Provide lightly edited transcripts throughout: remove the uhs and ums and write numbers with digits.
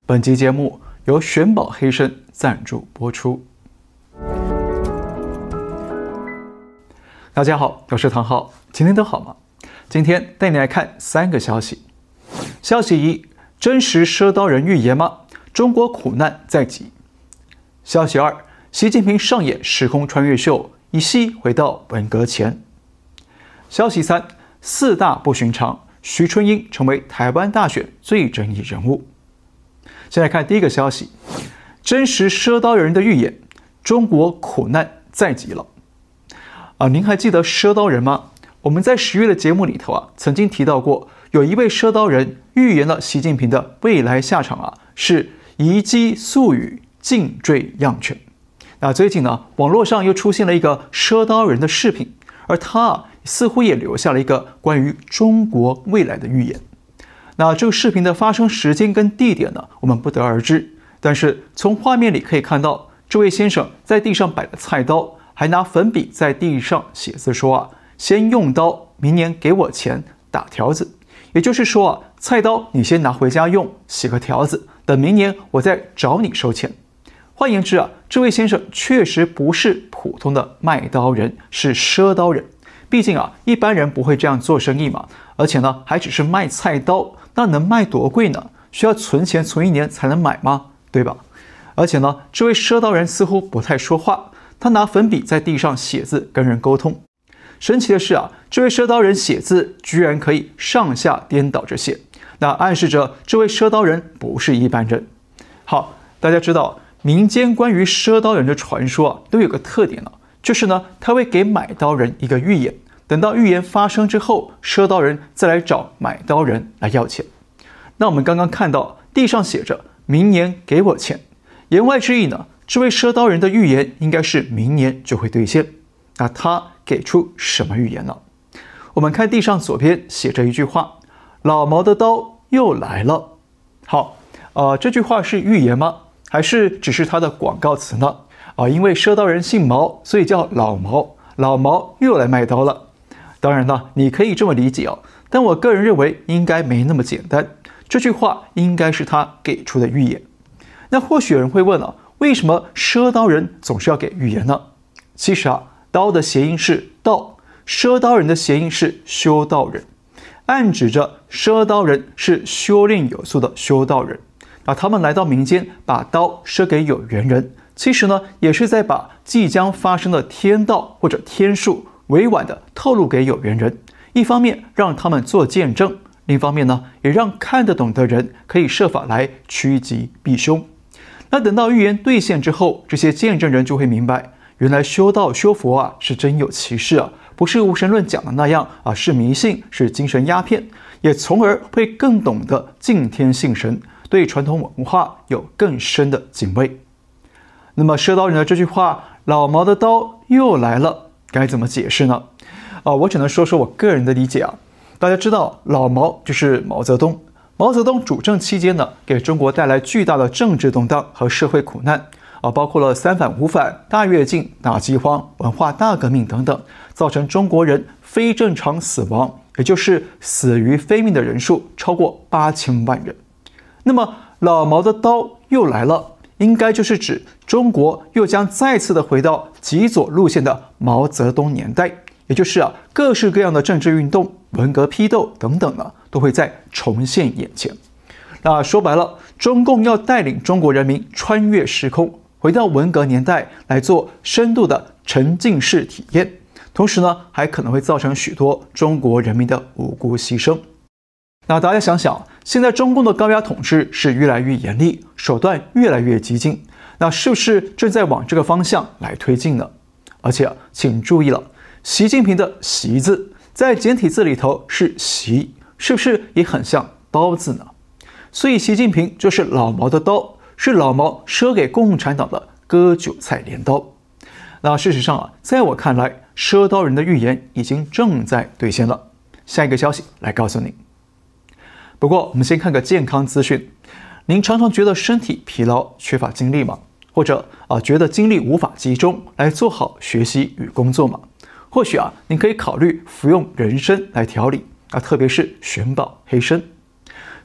本集节目由玄宝黑参赞助播出。大家好，我是唐浩，今天都好吗？今天带你来看3个消息。消息1：真实赊刀人预言吗？中国苦难在即。消息2：习近平上演时空穿越秀，一夕回到文革前。消息3：4大不寻常，徐春英成为台湾大选最争议人物。先来看第一个消息：真实赊刀人的预言，中国苦难在即了。您还记得赊刀人吗？我们在10月的节目里头曾经提到过，有一位赊刀人预言了习近平的未来下场是遗机粟予，尽坠漾泉。那最近网络上又出现了一个赊刀人的视频，而他似乎也留下了一个关于中国未来的预言。那这个视频的发生时间跟地点我们不得而知，但是从画面里可以看到，这位先生在地上摆了菜刀，还拿粉笔在地上写字说先用刀，明年给我钱打条子。也就是说菜刀你先拿回家用，洗个条子，等明年我再找你收钱。换言之这位先生确实不是普通的卖刀人，是赊刀人。毕竟一般人不会这样做生意嘛，而且还只是卖菜刀，那能卖多贵呢？需要存钱存1年才能买吗？对吧？而且这位赊刀人似乎不太说话，他拿粉笔在地上写字跟人沟通。神奇的是这位赊刀人写字居然可以上下颠倒着写，那暗示着这位赊刀人不是一般人。好，大家知道民间关于赊刀人的传说都有个特点就是他会给买刀人一个预言，等到预言发生之后，赊刀人再来找买刀人来要钱。那我们刚刚看到地上写着明年给我钱，言外之意这位赊刀人的预言应该是明年就会兑现。那他给出什么预言呢？我们看地上左边写着一句话：老毛的刀又来了。好，这句话是预言吗？还是只是他的广告词呢？因为赊刀人姓毛，所以叫老毛，老毛又来卖刀了。当然你可以这么理解但我个人认为应该没那么简单。这句话应该是他给出的预言。那或许有人会问为什么赊刀人总是要给预言呢？其实刀的谐音是道，赊刀人的谐音是修道人，暗指着赊刀人是修炼有素的修道人。那他们来到民间，把刀赊给有缘人，其实也是在把即将发生的天道或者天数委婉的透露给有缘人，一方面让他们做见证，另一方面也让看得懂的人可以设法来趋吉避凶。那等到预言兑现之后，这些见证人就会明白，原来修道修佛是真有其事不是无神论讲的那样是迷信，是精神鸦片，也从而会更懂得敬天信神，对传统文化有更深的敬畏。那么赊刀人的这句话老毛的刀又来了该怎么解释呢？我只能说说我个人的理解大家知道老毛就是毛泽东，毛泽东主政期间给中国带来巨大的政治动荡和社会苦难包括了三反五反、大跃进、大饥荒、文化大革命等等，造成中国人非正常死亡，也就是死于非命的人数超过8000万人。那么老毛的刀又来了，应该就是指中国又将再次的回到极左路线的毛泽东年代，也就是各式各样的政治运动、文革批斗等等都会再重现眼前。那说白了，中共要带领中国人民穿越时空，回到文革年代来做深度的沉浸式体验，同时还可能会造成许多中国人民的无辜牺牲。那大家想想，现在中共的高压统治是越来越严厉，手段越来越激进，那是不是正在往这个方向来推进呢？而且请注意了，习近平的习字在简体字里头是习，是不是也很像刀字呢？所以习近平就是老毛的刀，是老毛赊给共产党的割韭菜镰刀。那事实上在我看来，赊刀人的预言已经正在兑现了。下一个消息来告诉您。不过我们先看个健康资讯，您常常觉得身体疲劳、缺乏精力吗？或者觉得精力无法集中来做好学习与工作吗？或许您可以考虑服用人参来调理特别是玄宝黑参。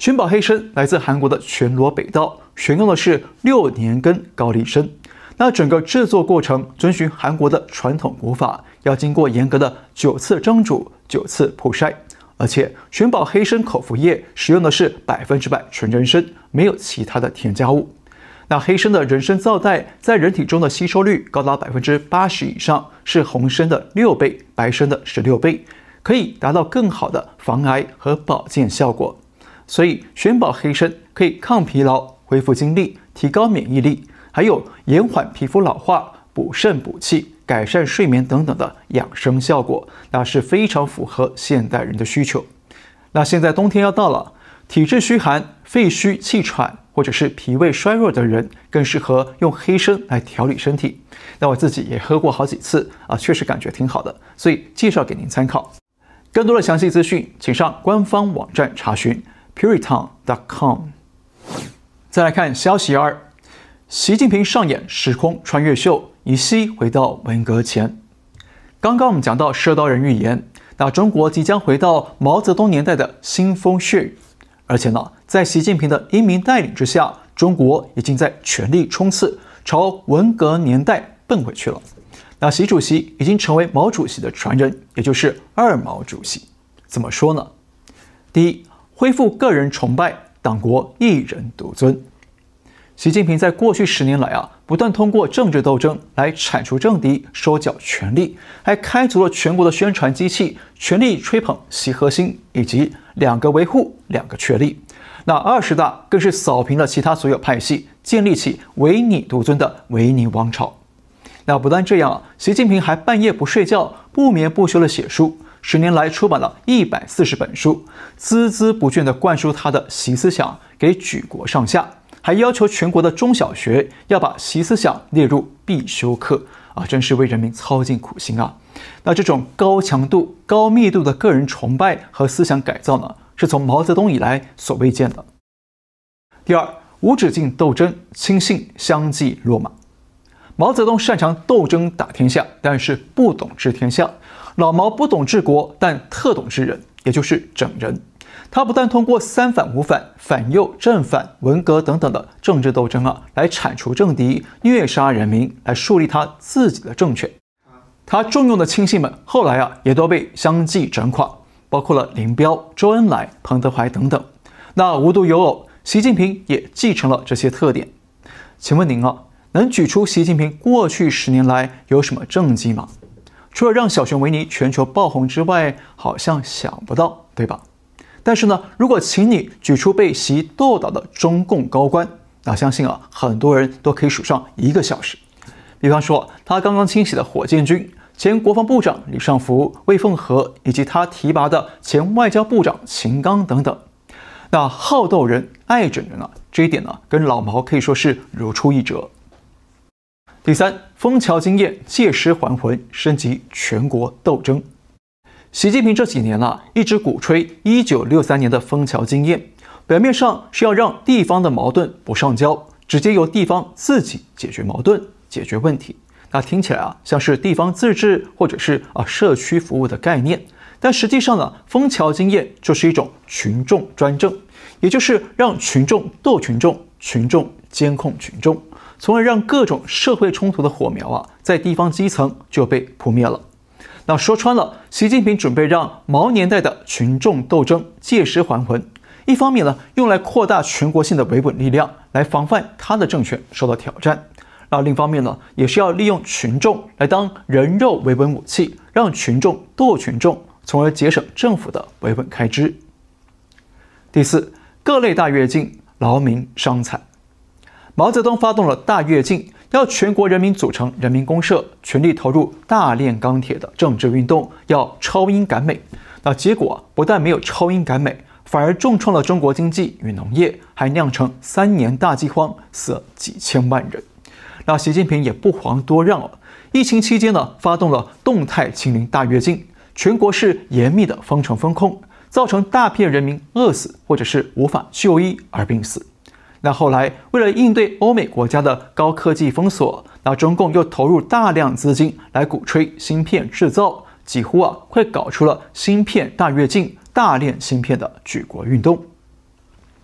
玄宝黑参来自韩国的全罗北道，选用的是6年根高丽参。那整个制作过程遵循韩国的传统古法，要经过严格的9次蒸煮、9次曝晒，而且玄宝黑参口服液使用的是100%纯人参，没有其他的添加物。那黑参的人参皂苷在人体中的吸收率高达80%以上，是红参的6倍、白参的16倍，可以达到更好的防癌和保健效果。所以玄宝黑参可以抗疲劳、恢复精力、提高免疫力，还有延缓皮肤老化、补肾补气、改善睡眠等等的养生效果，那是非常符合现代人的需求。那现在冬天要到了，体质虚寒、肺虚气喘或者是脾胃衰弱的人，更适合用黑参来调理身体。那我自己也喝过好几次啊，确实感觉挺好的，所以介绍给您参考。更多的详细资讯，请上官方网站查询 puriton.com。再来看消息2，习近平上演时空穿越秀，以西回到文革前。刚刚我们讲到射刀人预言，那中国即将回到毛泽东年代的腥风血雨，而且呢，在习近平的英明带领之下，中国已经在全力冲刺，朝文革年代奔回去了。那习主席已经成为毛主席的传人，也就是2毛主席。怎么说呢？第一，恢复个人崇拜，党国一人独尊。习近平在过去10年来不断通过政治斗争来铲除政敌、收缴权力，还开足了全国的宣传机器，全力吹捧习核心以及2个维护、2个确立。那20大更是扫平了其他所有派系，建立起唯你独尊的维尼王朝。那不但这样，习近平还半夜不睡觉、不眠不休地写书，10年来出版了140本书，孜孜不倦地灌输他的习思想给举国上下，还要求全国的中小学要把习思想列入必修课真是为人民操尽苦心啊！那这种高强度、高密度的个人崇拜和思想改造呢，是从毛泽东以来所未见的。第二，无止境斗争，亲信相继落马。毛泽东擅长斗争打天下，但是不懂治天下。老毛不懂治国，但特懂治人，也就是整人。他不但通过3反5反、反右、正反、文革等等的政治斗争来铲除政敌、虐杀人民，来树立他自己的政权。他重用的亲信们后来也都被相继整垮，包括了林彪、周恩来、彭德怀等等。那无独有偶，习近平也继承了这些特点。请问您能举出习近平过去10年来有什么政绩吗？除了让小熊维尼全球爆红之外，好像想不到，对吧？但是呢，如果请你举出被习斗倒的中共高官，那相信很多人都可以数上1个小时。比方说，他刚刚清洗的火箭军、前国防部长李尚福、魏凤和，以及他提拔的前外交部长秦刚等等。那好斗人、爱整人这一点呢，跟老毛可以说是如出一辙。第三，枫桥经验借尸还魂，升级全国斗争。习近平这几年一直鼓吹1963年的枫桥经验，表面上是要让地方的矛盾不上交，直接由地方自己解决矛盾、解决问题。那听起来像是地方自治或者是社区服务的概念，但实际上呢，枫桥经验就是一种群众专政，也就是让群众斗群众，群众监控群众。从而让各种社会冲突的火苗在地方基层就被扑灭了。那说穿了，习近平准备让毛年代的群众斗争借尸还魂，一方面呢，用来扩大全国性的维稳力量，来防范他的政权受到挑战；那另一方面呢，也是要利用群众来当人肉维稳武器，让群众斗群众，从而节省政府的维稳开支。第四，各类大跃进，劳民伤财。毛泽东发动了大跃进，要全国人民组成人民公社，全力投入大炼钢铁的政治运动，要超英赶美。那结果不但没有超英赶美，反而重创了中国经济与农业，还酿成3年大饥荒，死了几千万人。那习近平也不遑多让疫情期间呢，发动了动态清零大跃进，全国是严密的封城封控，造成大片人民饿死或者是无法就医而病死。那后来，为了应对欧美国家的高科技封锁，那中共又投入大量资金来鼓吹芯片制造，几乎快搞出了芯片大跃进、大炼芯片的举国运动。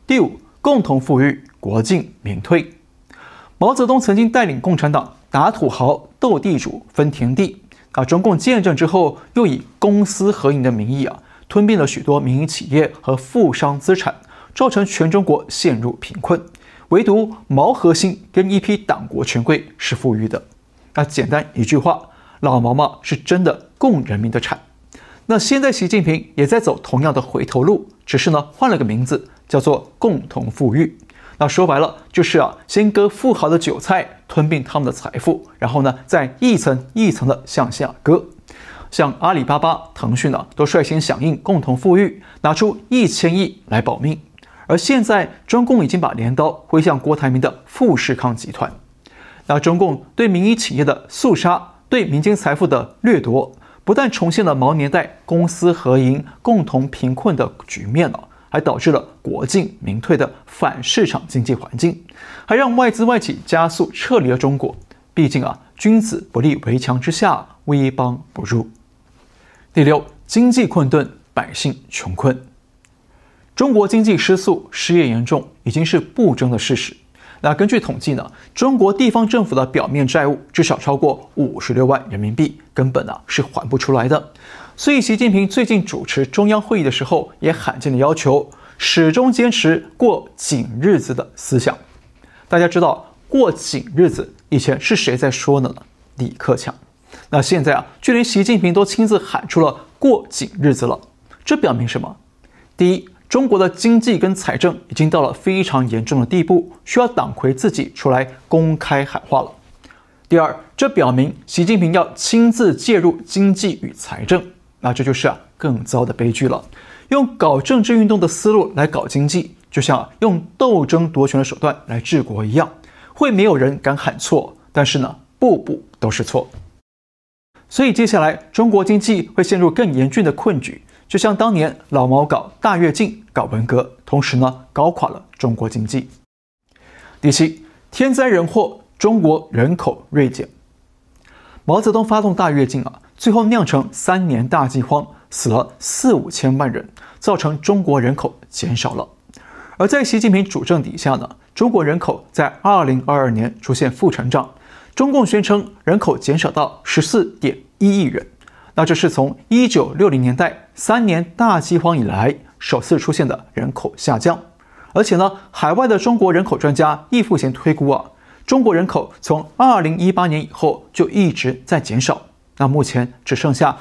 第五，共同富裕，国进民退。毛泽东曾经带领共产党打土豪、斗地主、分田地。中共建政之后，又以公私合营的名义吞并了许多民营企业和富商资产，造成全中国陷入贫困。唯独毛核心跟一批党国权贵是富裕的。简单一句话，老毛嘛是真的供人民的产。那现在习近平也在走同样的回头路，只是呢换了个名字，叫做共同富裕。那说白了就是先割富豪的韭菜，吞并他们的财富，然后呢再一层一层的向下割。像阿里巴巴、腾讯都率先响应共同富裕，拿出1000亿来保命。而现在中共已经把镰刀挥向郭台铭的富士康集团。那中共对民营企业的肃杀，对民间财富的掠夺，不但重现了毛年代公私合营、共同贫困的局面还导致了国进民退的反市场经济环境，还让外资外企加速撤离了中国。毕竟君子不立围墙之下，危邦不入。第六，经济困顿，百姓穷困。中国经济失速，失业严重，已经是不争的事实。那根据统计中国地方政府的表面债务至少超过56万人民币，根本是还不出来的。所以习近平最近主持中央会议的时候，也罕见的要求始终坚持过紧日子的思想。大家知道过紧日子以前是谁在说的呢？李克强。那现在就连习近平都亲自喊出了过紧日子了，这表明什么？第一，中国的经济跟财政已经到了非常严重的地步，需要党魁自己出来公开喊话了。第二，这表明习近平要亲自介入经济与财政，那这就是更糟的悲剧了。用搞政治运动的思路来搞经济，就像用斗争夺权的手段来治国一样，会没有人敢喊错，但是步步都是错。所以接下来中国经济会陷入更严峻的困局，就像当年老毛搞大跃进、搞文革，同时搞垮了中国经济。第七，天灾人祸，中国人口锐减。毛泽东发动大跃进最后酿成3年大饥荒，死了4-5千万人，造成中国人口减少了。而在习近平主政底下中国人口在2022年出现负成长，中共宣称人口减少到14.1亿人。那这是从1960年代3年大饥荒以来首次出现的人口下降。而且海外的中国人口专家易富贤推估中国人口从2018年以后就一直在减少，那目前只剩下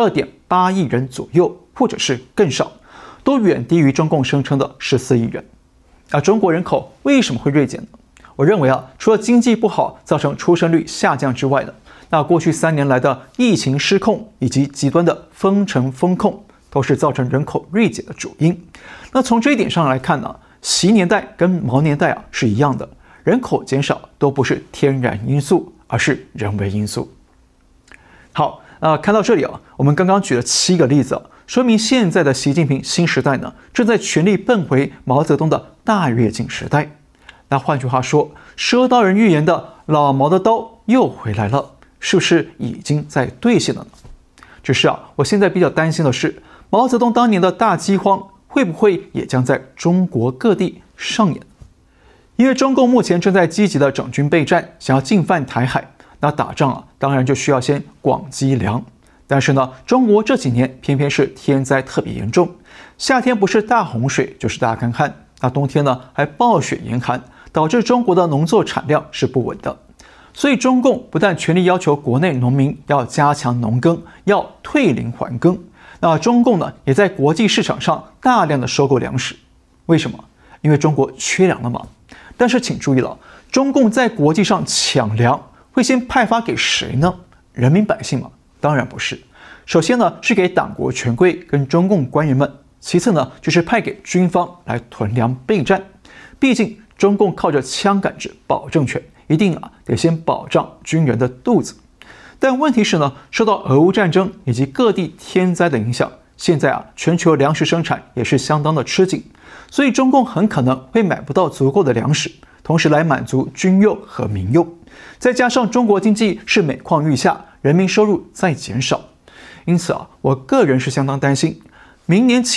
12.8亿人左右，或者是更少，都远低于中共声称的14亿人。中国人口为什么会锐减呢？我认为除了经济不好造成出生率下降之外那过去3年来的疫情失控以及极端的封城封控，都是造成人口锐减的主因。那从这一点上来看习年代跟毛年代是一样的，人口减少都不是天然因素，而是人为因素。好，看到这里我们刚刚举了7个例子说明现在的习近平新时代正在全力奔回毛泽东的大跃进时代。那换句话说，赊刀人预言的老毛的刀又回来了，是不是已经在兑现了呢？只是我现在比较担心的是，毛泽东当年的大饥荒会不会也将在中国各地上演？因为中共目前正在积极的整军备战，想要进犯台海。那打仗当然就需要先广积粮。但是中国这几年偏偏是天灾特别严重，夏天不是大洪水就是大干旱，那冬天还暴雪严寒，导致中国的农作产量是不稳的。所以中共不但全力要求国内农民要加强农耕，要退林还耕，那中共也在国际市场上大量的收购粮食。为什么？因为中国缺粮了嘛。但是请注意了，中共在国际上抢粮会先派发给谁呢？人民百姓吗？当然不是。首先是给党国权贵跟中共官员们，其次就是派给军方来囤粮备战。毕竟中共靠着枪杆子保政权，一定得先保障军人的肚子。但问题是受到俄乌战争以及各地天灾的影响，现在全球粮食生产也是相当的吃紧，所以中共很可能会买不到足够的粮食，同时来满足军用和民用。再加上中国经济是每况愈下，人民收入在减少，因此我个人是相当担心，明年起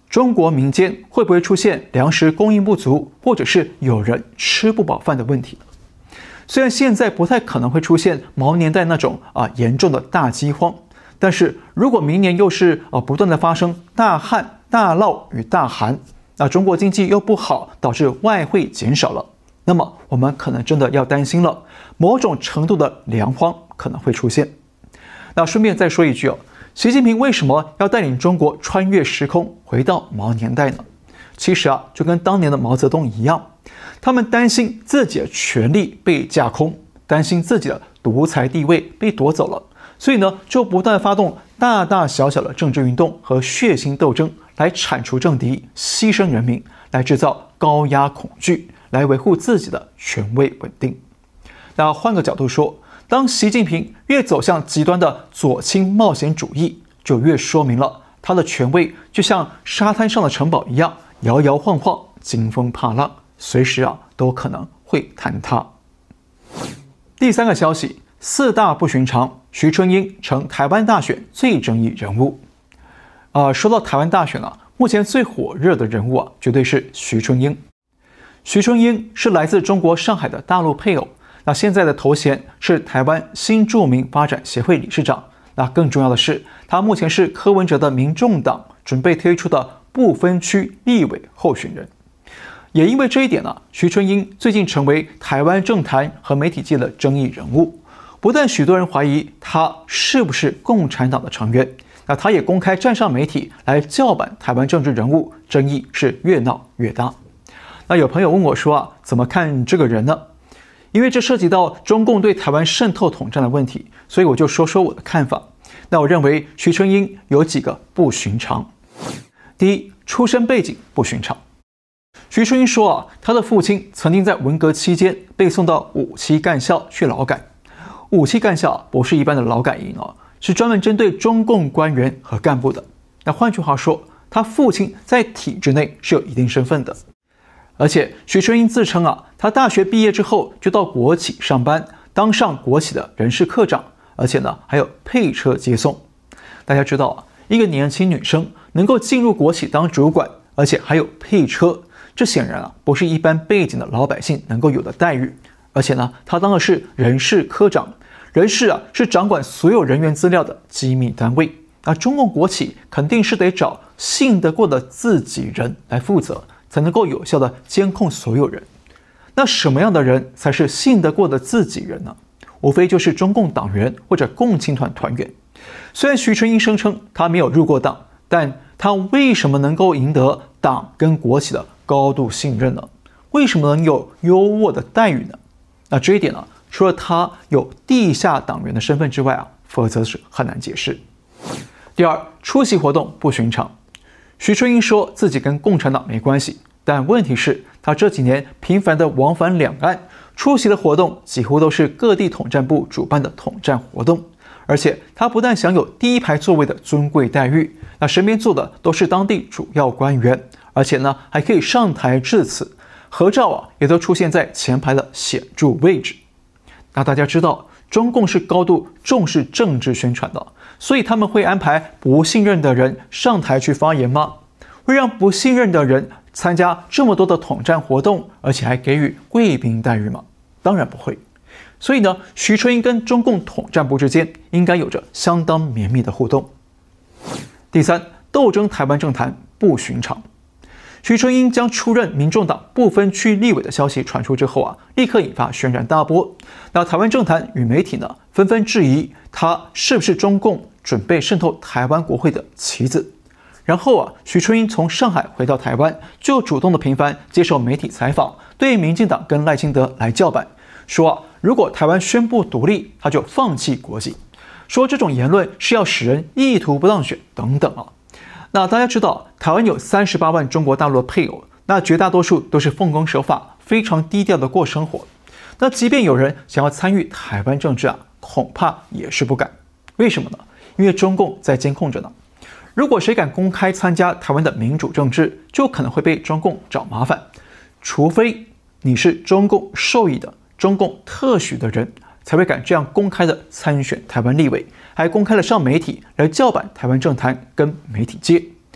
中国民间会不会出现粮食供应不足，或者是有人吃不饱饭的问题呢？虽然现在不太可能会出现毛年代那种严重的大饥荒，但是如果明年又是不断的发生大旱、大涝与大寒，那中国经济又不好，导致外汇减少了，那么我们可能真的要担心了，某种程度的粮荒可能会出现。那顺便再说一句习近平为什么要带领中国穿越时空回到毛年代呢？其实就跟当年的毛泽东一样，他们担心自己的权力被架空，担心自己的独裁地位被夺走了，所以呢，就不断发动大大小小的政治运动和血腥斗争，来铲除政敌，牺牲人民，来制造高压恐惧，来维护自己的权威稳定。那换个角度说，当习近平越走向极端的左倾冒险主义，就越说明了他的权威就像沙滩上的城堡一样，摇摇晃晃，惊风怕浪，随时都可能会坍塌。第三个消息，4大不寻常，徐春英成台湾大选最争议人物。说到台湾大选目前最火热的人物绝对是徐春英。徐春英是来自中国上海的大陆配偶，那现在的头衔是台湾新住民发展协会理事长。那更重要的是，他目前是柯文哲的民众党准备推出的不分区立委候选人。也因为这一点徐春英最近成为台湾政坛和媒体界的争议人物。不但许多人怀疑他是不是共产党的成员，那他也公开站上媒体来叫板台湾政治人物，争议是越闹越大。那有朋友问我说怎么看这个人呢？因为这涉及到中共对台湾渗透统战的问题，所以我就说说我的看法。那我认为徐春英有几个不寻常。第一，出身背景不寻常。徐春英说他的父亲曾经在文革期间被送到5期干校去劳改。5期干校不是一般的劳改营是专门针对中共官员和干部的。那换句话说，他父亲在体制内是有一定身份的。而且徐春英自称他大学毕业之后就到国企上班，当上国企的人事科长，而且还有配车接送。大家知道一个年轻女生能够进入国企当主管，而且还有配车，这显然不是一般背景的老百姓能够有的待遇。而且他当的是人事科长，人事是掌管所有人员资料的机密单位。那中共国企肯定是得找信得过的自己人来负责，才能够有效的监控所有人。那什么样的人才是信得过的自己人呢？无非就是中共党员或者共青团团员。虽然徐春英声称他没有入过党，但他为什么能够赢得党跟国企的高度信任呢？为什么能有优渥的待遇呢？那这一点除了他有地下党员的身份之外否则是很难解释。第二，出席活动不寻常。徐春英说自己跟共产党没关系，但问题是他这几年频繁的往返两岸，出席的活动几乎都是各地统战部主办的统战活动。而且他不但享有第一排座位的尊贵待遇，那身边坐的都是当地主要官员，而且还可以上台致辞，合照也都出现在前排的显著位置。那大家知道中共是高度重视政治宣传的，所以他们会安排不信任的人上台去发言吗？会让不信任的人参加这么多的统战活动，而且还给予贵宾待遇吗？当然不会。所以徐春英跟中共统战部之间应该有着相当绵密的互动。第三，斗争台湾政坛不寻常。徐春英将出任民众党不分区立委的消息传出之后立刻引发轩然大波。那台湾政坛与媒体纷纷质疑他是不是中共准备渗透台湾国会的棋子。然后徐春英从上海回到台湾，就主动的频繁接受媒体采访，对民进党跟赖清德来叫板，说如果台湾宣布独立，他就放弃国籍，说这种言论是要使人意图不当选等等那大家知道，台湾有38万中国大陆的配偶，那绝大多数都是奉公守法，非常低调的过生活。那即便有人想要参与台湾政治恐怕也是不敢。为什么呢？因为中共在监控着呢。如果谁敢公开参加台湾的民主政治，就可能会被中共找麻烦。除非你是中共授意的、中共特许的人，才会敢这样公开的参选台湾立委，还公开了上媒体来叫板台湾政坛跟媒体界。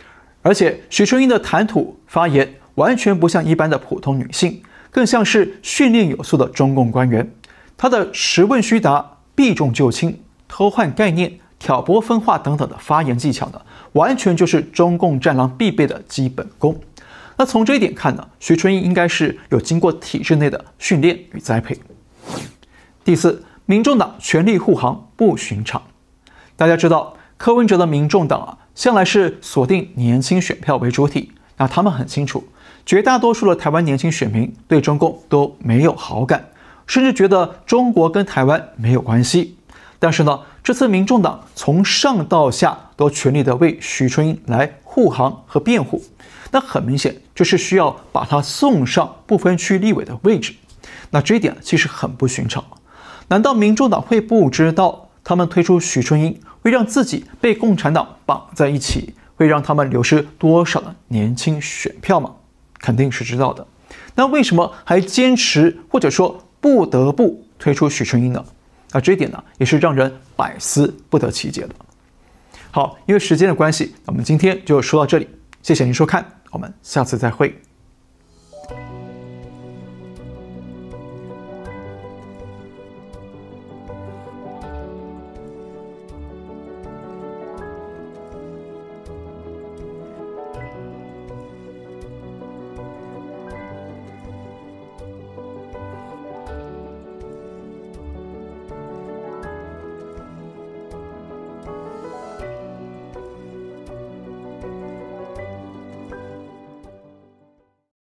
而且许春英的谈吐发言完全不像一般的普通女性，更像是训练有素的中共官员。她的实问虚答、避重就轻、偷换概念、挑拨分化等等的发言技巧呢，完全就是中共战狼必备的基本功。那从这一点看呢，许春英应该是有经过体制内的训练与栽培。第四，民众党全力护航不寻常。大家知道，柯文哲的民众党向来是锁定年轻选票为主体，那他们很清楚，绝大多数的台湾年轻选民对中共都没有好感，甚至觉得中国跟台湾没有关系。但是呢，这次民众党从上到下都全力的为许春英来护航和辩护，那很明显就是需要把他送上不分区立委的位置。那这一点其实很不寻常。难道民众党会不知道他们推出许春英会让自己被共产党绑在一起，会让他们流失多少的年轻选票吗？肯定是知道的。那为什么还坚持或者说不得不推出许春英呢？那这一点呢，也是让人百思不得其解的。好，因为时间的关系，我们今天就说到这里，谢谢您收看，我们下次再会。